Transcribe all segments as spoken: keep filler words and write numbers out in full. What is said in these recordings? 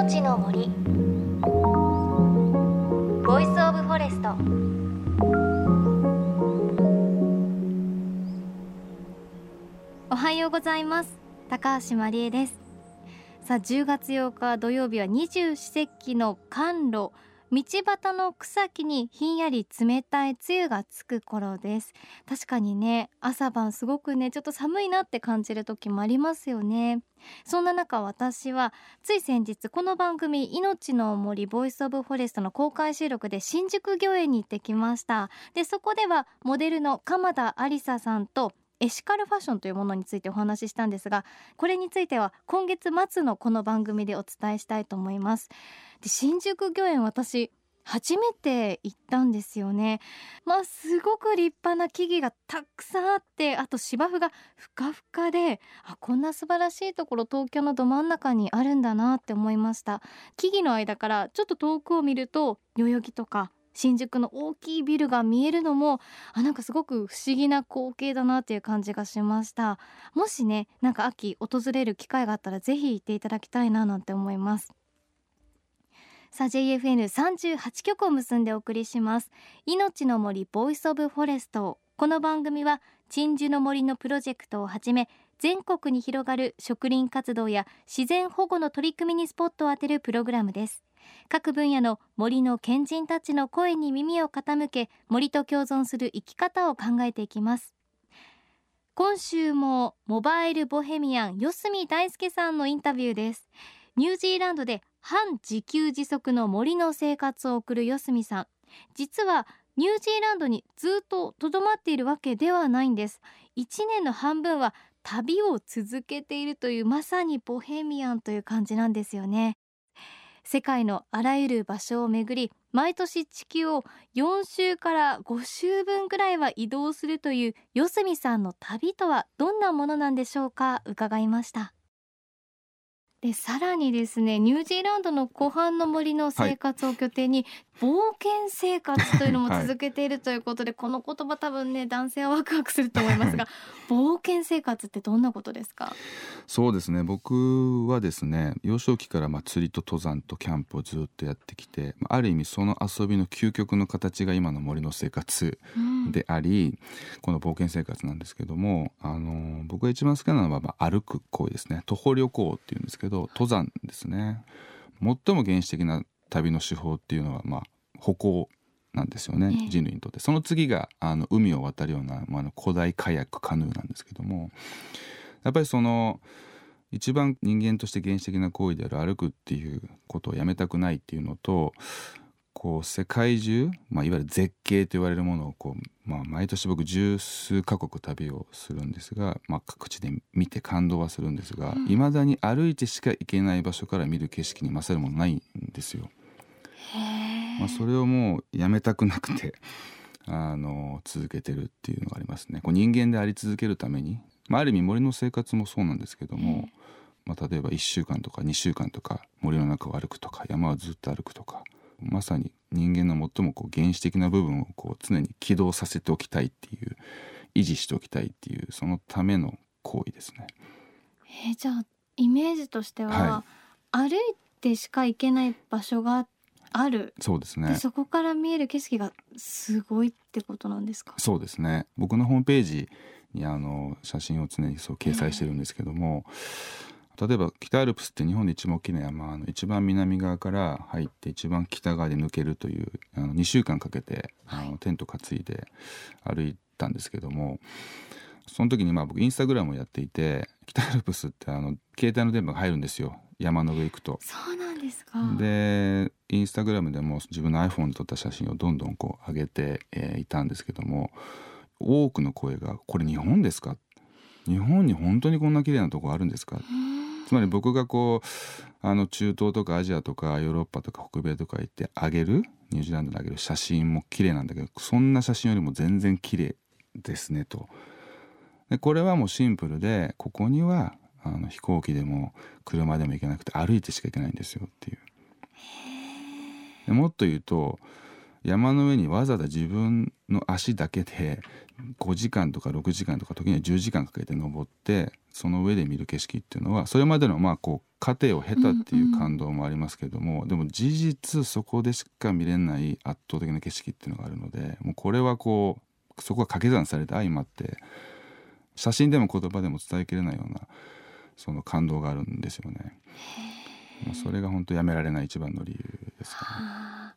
命の森ボイスオブフォレスト。おはようございます。高橋真理恵です。さあじゅうがつようか土曜日は二十四節気の寒露、道端の草木にひんやり冷たい梅雨がつく頃です。確かにね、朝晩すごくねちょっと寒いなって感じる時もありますよね。そんな中、私はつい先日この番組命の森ボイスオブフォレストの公開収録で新宿御苑に行ってきました。でそこではモデルの鎌田有沙さんとエシカルファッションというものについてお話ししたんですが、これについては今月末のこの番組でお伝えしたいと思います。で新宿御苑、私初めて行ったんですよね。まあすごく立派な木々がたくさんあって、あと芝生がふかふかで、あこんな素晴らしいところ東京のど真ん中にあるんだなって思いました。木々の間からちょっと遠くを見ると代々木とか新宿の大きいビルが見えるのも、あなんかすごく不思議な光景だなっていう感じがしました。もしねなんか秋訪れる機会があったらぜひ行っていただきたいななんて思います。さあ ジェイエフエヌさんじゅうはち 局を結んでお送りします命の森ボイスオブフォレスト。この番組は鎮守の森のプロジェクトをはじめ、全国に広がる植林活動や自然保護の取り組みにスポットを当てるプログラムです。各分野の森の賢人たちの声に耳を傾け、森と共存する生き方を考えていきます。今週もモバイルボヘミアン四隅大輔さんのインタビューです。ニュージーランドで半自給自足の森の生活を送る四隅さん、実はニュージーランドにずっととどまっているわけではないんです。いちねんの半分は旅を続けているという、まさにボヘミアンという感じなんですよね。世界のあらゆる場所を巡り、毎年地球をよん週からご週分くらいは移動するという四隅さんの旅とはどんなものなんでしょうか、伺いました。でさらにですね、ニュージーランドの湖畔の森の生活を拠点に、はい、冒険生活というのも続けているということで、はい、この言葉多分ね男性はワクワクすると思いますが冒険生活ってどんなことですか？ そうですね、僕はですね幼少期からまあ釣りと登山とキャンプをずっとやってきて、ある意味その遊びの究極の形が今の森の生活であり、うん、この冒険生活なんですけども、あの僕が一番好きなのはまあ歩く行為ですね。徒歩旅行っていうんですけど、登山ですね。最も原始的な旅の手法っていうのはまあ歩行なんですよね、ええ、人類にとって。その次があの海を渡るような、まあ、古代カヤックカヌーなんですけども、やっぱりその一番人間として原始的な行為である歩くっていうことをやめたくないっていうのと、こう世界中、まあ、いわゆる絶景と言われるものをこう、まあ、毎年僕十数カ国旅をするんですが、まあ、各地で見て感動はするんですが、うん、未だに歩いてしか行けない場所から見る景色に勝るものないんですよ。へー、まあ、それをもうやめたくなくてあの続けてるっていうのがありますね。こう人間であり続けるために、まあ、ある意味森の生活もそうなんですけども、まあ、例えばいっしゅうかんとかにしゅうかんとか森の中を歩くとか山をずっと歩くとか、まさに人間の最もこう原始的な部分をこう常に起動させておきたいっていう、維持しておきたいっていう、そのための行為ですね。 えー、じゃあイメージとしては、はい、歩いてしか行けない場所がある。 そうですね。 でそこから見える景色がすごいってことなんですか？ そうですね。僕のホームページにあの写真を常にそう掲載してるんですけども、えー、例えば北アルプスって日本で一番大きな山、あの一番南側から入って一番北側で抜けるというあのにしゅうかんかけてあのテント担いで歩いたんですけども、その時にまあ僕インスタグラムをやっていて、北アルプスってあの携帯の電波が入るんですよ、山の上行くと。 そうなんですか。 でインスタグラムでも自分の iPhone で撮った写真をどんどんこう上げて、えーいたんですけども、多くの声がこれ日本ですか、日本に本当にこんな綺麗なとこあるんですか。つまり僕がこうあの中東とかアジアとかヨーロッパとか北米とか行ってあげる、ニュージーランドであげる写真も綺麗なんだけど、そんな写真よりも全然綺麗ですねと。でこれはもうシンプルで、ここにはあの飛行機でも車でも行けなくて歩いてしか行けないんですよっていう。でもっと言うと、 山の上にわざわざ自分の足だけでごじかんとかろくじかんとか時にはじゅうじかんかけて登って、その上で見る景色っていうのはそれまでのまあこう過程を経たっていう感動もありますけども、うんうん、でも事実そこでしか見れない圧倒的な景色っていうのがあるので、もうこれはこうそこが掛け算されて相まって写真でも言葉でも伝えきれないようなその感動があるんですよね。まあ、それが本当やめられない一番の理由ですかね。はい、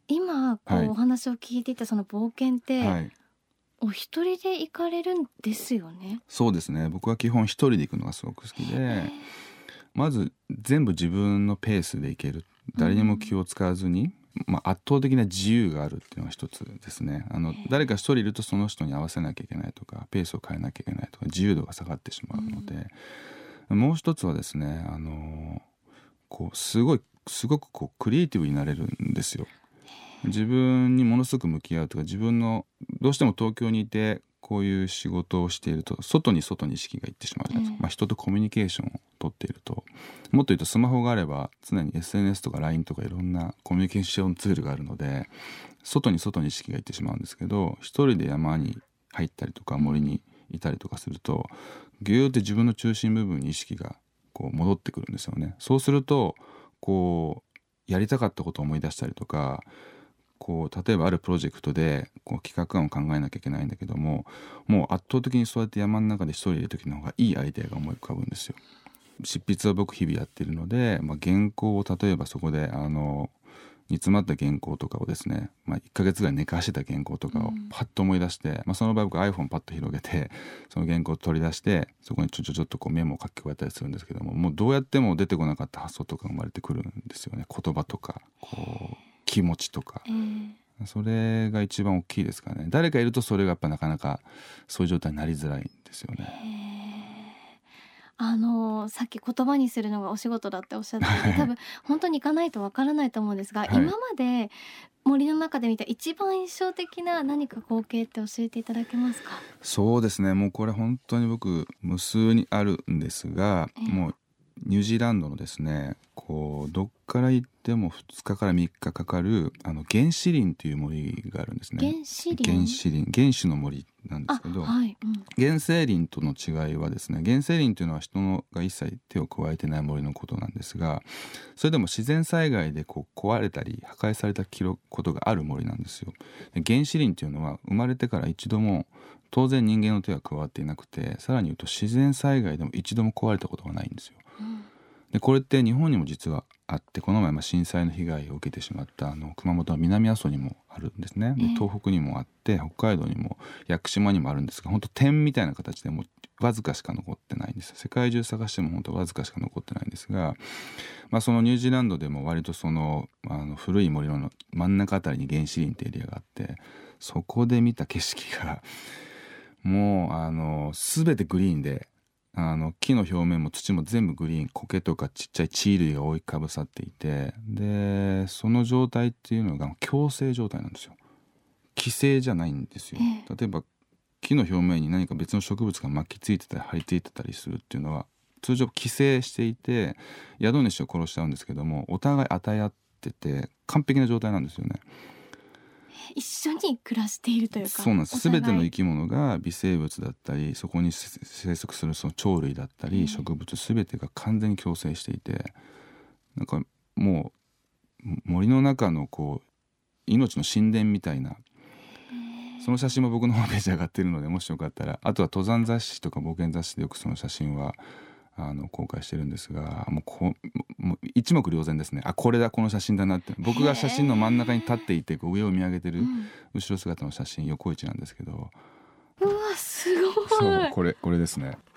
今こう、はい、お話を聞いていたその冒険って、はい、お一人で行かれるんですよね。 そうですね、僕は基本一人で行くのがすごく好きで、まず全部自分のペースで行ける、誰にも気を使わずに、うん、まあ、圧倒的な自由があるっていうのが一つですね。あの誰か一人いるとその人に合わせなきゃいけないとかペースを変えなきゃいけないとか自由度が下がってしまうので、うん、もう一つはですね、あのこうすごいすごくこうクリエイティブになれるんですよ。自分にものすごく向き合うとか、自分のどうしても東京にいてこういう仕事をしていると外に外に意識がいってしまうじゃないですか、まあ、人とコミュニケーションを取っていると、もっと言うとスマホがあれば常に エスエヌエス とか ライン とかいろんなコミュニケーションツールがあるので外に外に意識がいってしまうんですけど、一人で山に入ったりとか森にいたりとかするとギューって自分の中心部分に意識がこう戻ってくるんですよね。そうするとこうやりたかったことを思い出したりとか、こう例えばあるプロジェクトでこう企画案を考えなきゃいけないんだけども、もう圧倒的にそうやって山の中で一人いる時の方がいいアイデアが思い浮かぶんですよ。執筆は僕日々やっているので、まあ、原稿を例えばそこであの煮詰まった原稿とかをですね、まあ、いっかげつぐらい寝かしてた原稿とかをパッと思い出して、うん、まあ、その場合僕 iPhone パッと広げてその原稿を取り出してそこにちょちょちょっとこうメモを書き加えたりするんですけども、もうどうやっても出てこなかった発想とか生まれてくるんですよね。言葉とかこう気持ちとか、えーそれが一番大きいですかね。誰かいるとそれがやっぱなかなかそういう状態になりづらいんですよね。 あのさっき言葉にするのがお仕事だっておっしゃっていて、多分本当に行かないとわからないと思うんですが、はい、今まで森の中で見た一番印象的な何か光景って教えていただけますか？ そうですね、もうこれ本当に僕無数にあるんですが、えー、もうニュージーランドのですね、こうどっから行ってもふつかからみっかかかるあの原始林という森があるんですね。 原始林原始林原種の森なんですけど、はいうん、原生林との違いはですね、原生林というのは人のが一切手を加えてない森のことなんですが、それでも自然災害でこう壊れたり破壊されたことがある森なんですよ。原始林というのは生まれてから一度も当然人間の手は加わっていなくて、さらに言うと自然災害でも一度も壊れたことがないんですよ。でこれって日本にも実はあって、この前まあ震災の被害を受けてしまったあの熊本の南阿蘇にもあるんですね。で東北にもあって北海道にも屋久島にもあるんですが、本当点みたいな形でもわずかしか残ってないんです。世界中探しても本当わずかしか残ってないんですが、まあ、そのニュージーランドでも割とその、あの古い森の真ん中あたりに原始林ってエリアがあって、そこで見た景色がもうあの全てグリーンで、あの木の表面も土も全部グリーン、苔とかちっちゃい地類が覆いかぶさっていて、でその状態っていうのが共生状態なんですよ。寄生じゃないんですよ。例えば木の表面に何か別の植物が巻きついてたり張り付いてたりするっていうのは通常寄生していて宿主を殺しちゃうんですけども、お互い与え合ってて完璧な状態なんですよね。 一緒に暮らしているというか、 そうなんです。全ての生き物が微生物だったりそこに生息するその鳥類だったり植物全てが完全に共生していて、なんかもう森の中のこう命の神殿みたいな、その写真も僕のホームページ上がっているので、もしよかったら、あとは登山雑誌とか冒険雑誌でよくその写真はあの公開してるんですが、もうこうもう一目瞭然ですね。あ、これだこの写真だなって。僕が写真の真ん中に立っていてこう上を見上げてる後ろ姿の写真、横一なんですけど、 うわすごい。 そうこれこれですね。へえ、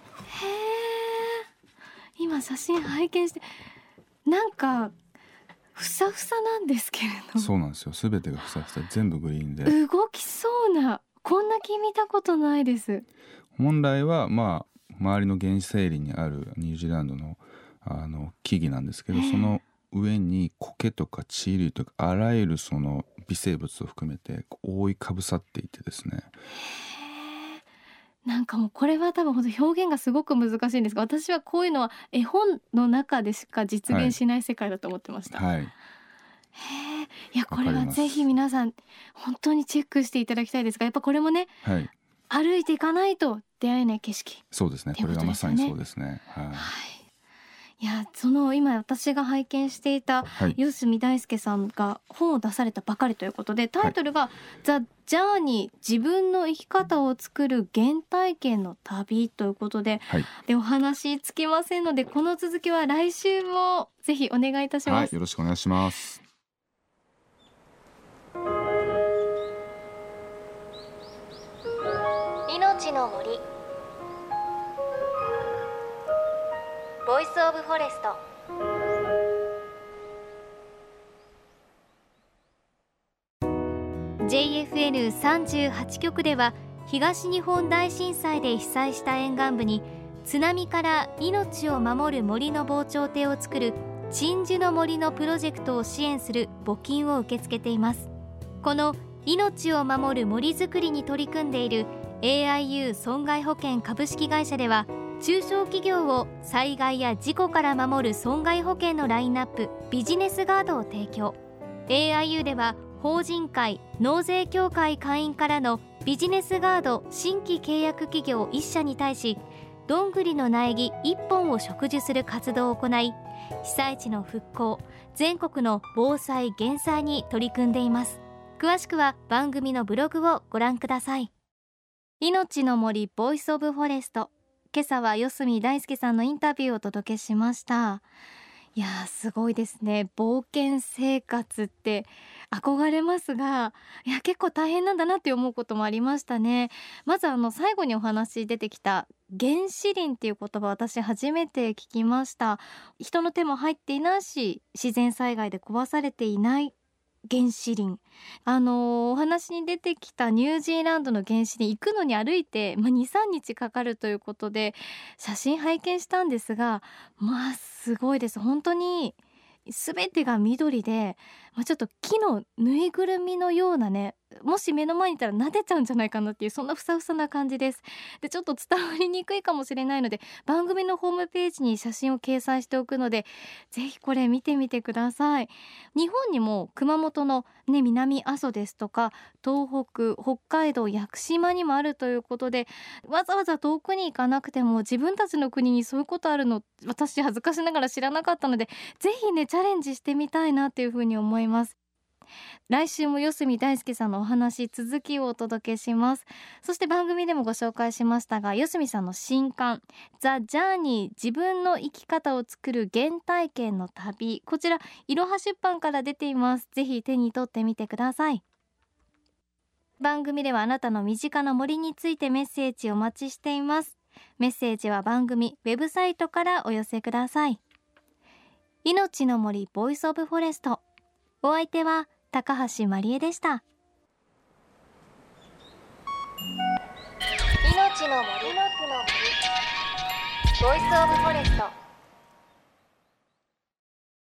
今写真拝見してなんかふさふさなんですけれど。 そうなんですよ、全てがふさふさ、全部グリーンで動きそうな、こんな木見たことないです。 本来はまあ周りの原生林にあるニュージーランドのあの木々なんですけど、その上に苔とか地類とかあらゆるその微生物を含めて覆いかぶさっていてですね。 なんかもうこれは多分本当表現がすごく難しいんですが、私はこういうのは絵本の中でしか実現しない世界だと思ってました。 はい、はい、 へえ、いやこれはぜひ皆さん本当にチェックしていただきたいですが、やっぱこれもね、 はい、 歩いていかないと出会えない景色。 そうですね、これがまさにそうですね。はい、はい、 いやその今私が拝見していた四隅大輔さんが本を出されたばかりということで、タイトルが、はい、ザ・ジャーニー、自分の生き方を作る原体験の旅ということで、はい、でお話つきませんので、この続きは来週もぜひお願いいたします。 はい、よろしくお願いします。 命の森ボイスオブフォレスト。ジェイエフエヌさんじゅうはち 局では東日本大震災で被災した沿岸部に津波から命を守る森の防潮堤を作る鎮守の森のプロジェクトを支援する募金を受け付けています。この命を守る森づくりに取り組んでいる エーアイユー 損害保険株式会社では、中小企業を災害や事故から守る損害保険のラインナップビジネスガードを提供。 エーアイユー では法人会納税協会会員からのビジネスガード新規契約企業いっ社に対し、どんぐりの苗木いっぽんを植樹する活動を行い、被災地の復興、全国の防災減災に取り組んでいます。詳しくは番組のブログをご覧ください。命の森ボイスオブフォレスト、今朝は四隅大輔さんのインタビューをお届けしました。いやーすごいですね。冒険生活って憧れますが、いや結構大変なんだなって思うこともありましたね。まずあの最後にお話出てきた原始林っていう言葉、私初めて聞きました。人の手も入っていないし、自然災害で壊されていない原始林、あのー、お話に出てきたニュージーランドの原始林行くのに歩いて、まあ、にさんにちかかるということで写真拝見したんですが、まあすごいです。本当に全てが緑で、まあ、ちょっと木のぬいぐるみのようなね、もし目の前にいたら撫でちゃうんじゃないかなっていう、そんなふさふさな感じです。でちょっと伝わりにくいかもしれないので、番組のホームページに写真を掲載しておくので、ぜひこれ見てみてください。日本にも熊本の、ね、南阿蘇ですとか東北、北海道、屋久島にもあるということで、わざわざ遠くに行かなくても自分たちの国にそういうことあるの、私恥ずかしながら知らなかったので、ぜひねチャレンジしてみたいなっていうふうに思います。来週も四隅大輔さんのお話続きをお届けします。そして番組でもご紹介しましたが、四隅さんの新刊ザ・ジャーニー、自分の生き方を作る原体験の旅、こちらいろは出版から出ています。ぜひ手に取ってみてください。番組ではあなたの身近な森についてメッセージをお待ちしています。メッセージは番組ウェブサイトからお寄せください。命の森ボイスオブフォレスト、お相手は高橋まりえでした。命の森ボイスオブフォレスト。